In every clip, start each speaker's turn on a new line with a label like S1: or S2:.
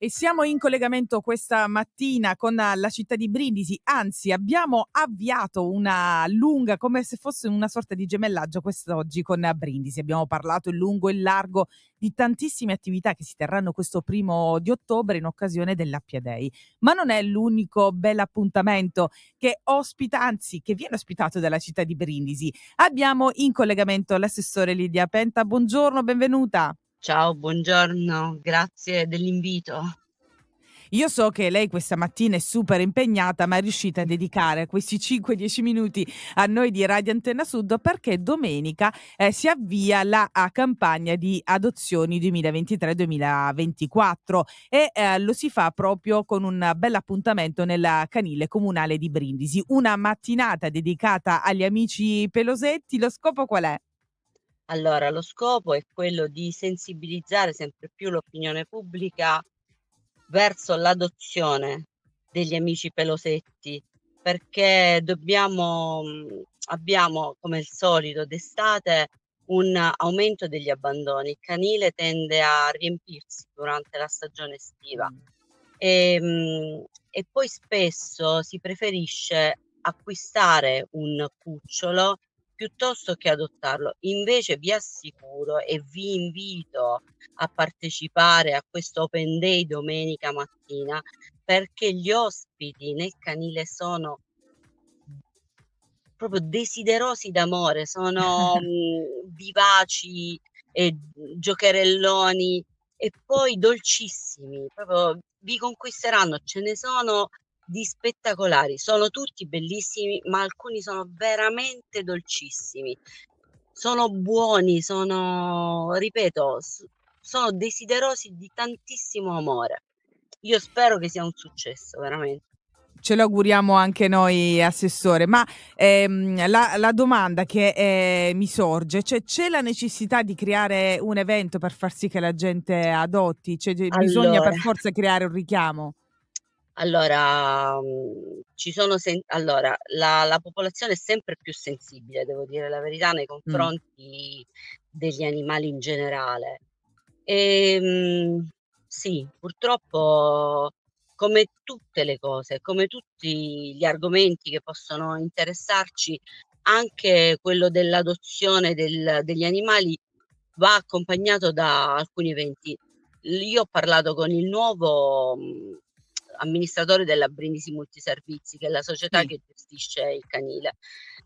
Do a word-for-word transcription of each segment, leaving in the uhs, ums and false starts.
S1: E siamo in collegamento questa mattina con la città di Brindisi, anzi abbiamo avviato una lunga, come se fosse una sorta di gemellaggio quest'oggi con Brindisi. Abbiamo parlato in lungo e in largo di tantissime attività che si terranno questo primo di ottobre in occasione dell'Appia Day. Ma non è l'unico bel appuntamento che ospita, anzi che viene ospitato dalla città di Brindisi. Abbiamo in collegamento l'assessore Lidia Penta. Buongiorno, benvenuta.
S2: Ciao, buongiorno, grazie dell'invito.
S1: Io so che lei questa mattina è super impegnata, ma è riuscita a dedicare questi cinque dieci minuti a noi di Radio Antenna Sud perché domenica eh, si avvia la a campagna di adozioni duemilaventitré duemilaventiquattro e eh, lo si fa proprio con un bel appuntamento nel canile comunale di Brindisi. Una mattinata dedicata agli amici pelosetti. Lo scopo qual è?
S2: Allora, lo scopo è quello di sensibilizzare sempre più l'opinione pubblica verso l'adozione degli amici pelosetti, perché dobbiamo mhmm, abbiamo come al solito d'estate un aumento degli abbandoni. Il canile tende a riempirsi durante la stagione estiva.
S1: Mm.
S2: Ehm, e poi spesso si preferisce acquistare un cucciolo piuttosto che adottarlo. Invece vi assicuro e vi invito a partecipare a questo open day domenica mattina, perché gli ospiti nel canile sono proprio desiderosi d'amore, sono, mhmm, vivaci e, mhmm, giocherelloni e poi dolcissimi, proprio vi conquisteranno. Ce ne sono di spettacolari, sono tutti bellissimi, ma alcuni sono veramente dolcissimi. Sono buoni, sono ripeto, s sono desiderosi di tantissimo amore. Io spero che sia un successo, veramen
S1: Ce lo auguriamo anche noi, assessore, ma, ehm, la la domanda che, ehm, mi sorge, cioè c'è la necessità di creare un evento per far sì che la gente adotti? Cioè de bisogna per
S2: allora
S1: forza creare un richiamo?
S2: Allora, mhmm, ci sono sen allora, la la popolazione è sempre più sensibile, devo dire la verità, nei
S1: Mh.
S2: confronti degli animali in generale. Ehm, sì, purtroppo come tutte le cose, come tutti gli argomenti che possono interessarci, anche quello dell'adozione del degli animali va accompagnato da alcuni eventi. L io ho parlato con il nuovo, mhmm, amministratore della Brindisi Multiservizi, che è la società
S1: Sì.
S2: che gestisce il canile,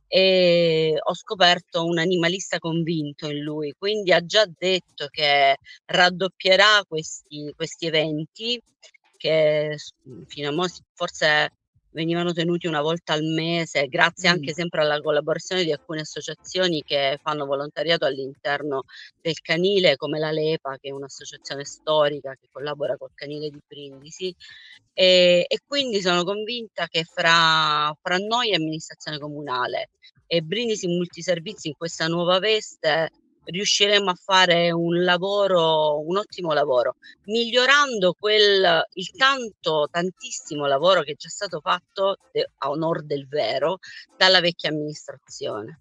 S2: e ho scoperto un animalista convinto in lui, quindi ha già detto che raddoppierà questi questi eventi che s mhmm, fino a mo' s forse venivano tenuti una volta al mese, grazie
S1: Mh.
S2: anche sempre alla collaborazione di alcune associazioni che fanno volontariato all'interno del canile, come la LEPA, che è un'associazione storica che collabora col canile di Brindisi. Ehm, e quindi sono convinta che fra fra noi e amministrazione comunale e Brindisi Multiservizi in questa nuova veste riusciremo a fare un lavoro un ottimo lavoro, migliorando quel il tanto, tantissimo lavoro che è già stato fatto, de a onor del vero, dalla vecchia amministrazione.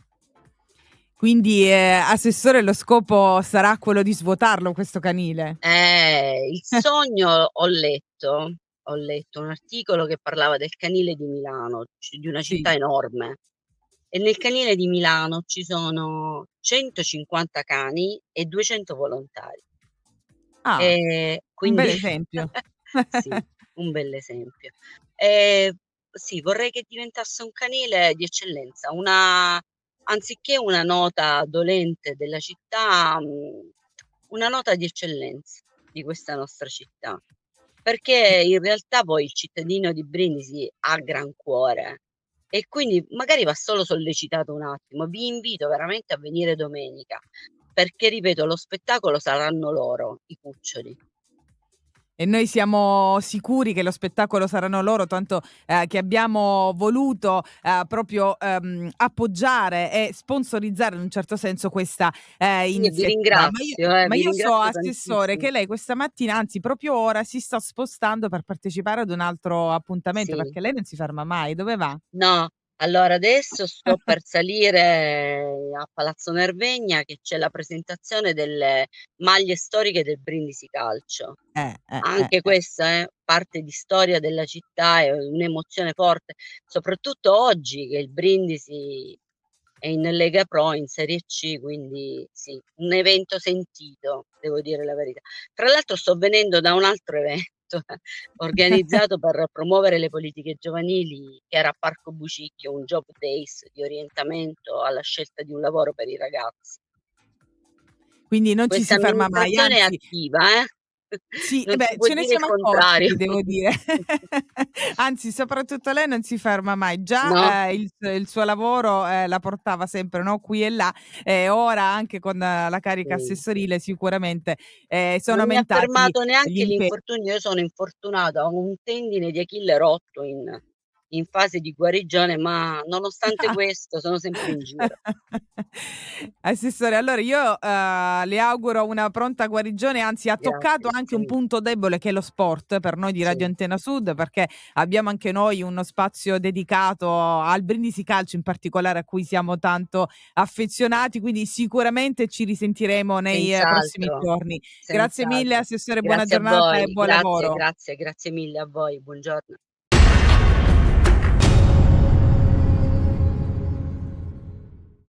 S1: Quindi, ehm, assessore, lo scopo sarà quello di svuotarlo questo canile?
S2: Eh, il sogno ho letto ho letto un articolo che parlava del canile di Milano, c di una città
S1: Sì.
S2: enorme, e nel canile di Milano ci sono centocinquanta cani e duecento volontari.
S1: Ah,
S2: Ehm,
S1: un
S2: quindi
S1: bel esempio.
S2: sì, un bell'esempio. Ehm, sì, vorrei che diventasse un canile di eccellenza, una anziché una nota dolente della città, mhmm, una nota di eccellenza di questa nostra città. Perché in realtà poi il cittadino di Brindisi ha gran cuore e quindi magari va solo sollecitato un attimo. Vi invito veramente a venire domenica, perché ripeto, lo spettacolo saranno loro, i cuccioli.
S1: E noi siamo sicuri che lo spettacolo saranno loro, tanto, ehm, che abbiamo voluto, ehm, proprio, ehm, appoggiare e sponsorizzare in un certo senso questa, ehm,
S2: Sì, e vi
S1: iniziativa. Ma io
S2: ringrazio, eh,
S1: ma
S2: vi
S1: io so,
S2: ringrazio
S1: assessore,
S2: tantissimo.
S1: che lei questa mattina, anzi proprio ora, si sta spostando per partecipare ad un altro appuntamento,
S2: Sì.
S1: perché lei non si ferma mai. Dove va?
S2: No, Allora adesso sto per salire a Palazzo Nervegna che c'è la presentazione delle maglie storiche del Brindisi Calcio.
S1: Eh, eh, eh,
S2: Anche
S1: eh.
S2: questa è parte di storia della città, è un'emozione forte, soprattutto oggi che il Brindisi è in Lega Pro, in Serie C, quindi sì, un evento sentito, devo dire la verità. Tra l'altro sto venendo da un altro evento organizzato per promuovere le politiche giovanili, che era a Parco Bucicchio, un job days di orientamento alla scelta di un lavoro per i ragazzi.
S1: Quindi non ci
S2: Questa
S1: si ferma mai,
S2: amministrazione è
S1: anzi
S2: attiva, eh,
S1: sì, eh
S2: non si
S1: beh,
S2: può
S1: ce ne
S2: dire il
S1: siamo accorti,
S2: contrario.
S1: ti devo dire. Anzi, soprattutto lei non si ferma mai.
S2: No?
S1: Già, ehm, il s il suo lavoro, ehm, la portava sempre, no, qui e là, e ora anche con la carica
S2: Sì.
S1: assessorile sicuramente, ehm, sono
S2: Non mi ha
S1: aumentati
S2: fermato
S1: gli
S2: neanche
S1: impe
S2: l'infortunio, io sono infortunata, ho un tendine di Achille rotto in in fase di guarigione, ma nonostante questo sono sempre in giro.
S1: Assessore, allora io, uhm, le auguro una pronta guarigione, anzi ha
S2: Grazie,
S1: toccato anche
S2: grazie
S1: un
S2: mille.
S1: punto debole che è lo sport per noi di Radio
S2: Sì.
S1: Antenna Sud, perché abbiamo anche noi uno spazio dedicato al Brindisi Calcio in particolare, a cui siamo tanto affezionati, quindi sicuramente ci risentiremo nei eh, prossimi
S2: Senz'altro,
S1: giorni. Grazie mille
S2: senz'altro.
S1: assessore, buona
S2: Grazie a
S1: giornata e
S2: voi,
S1: buon
S2: grazie,
S1: lavoro.
S2: grazie, grazie mille a voi, buongiorno.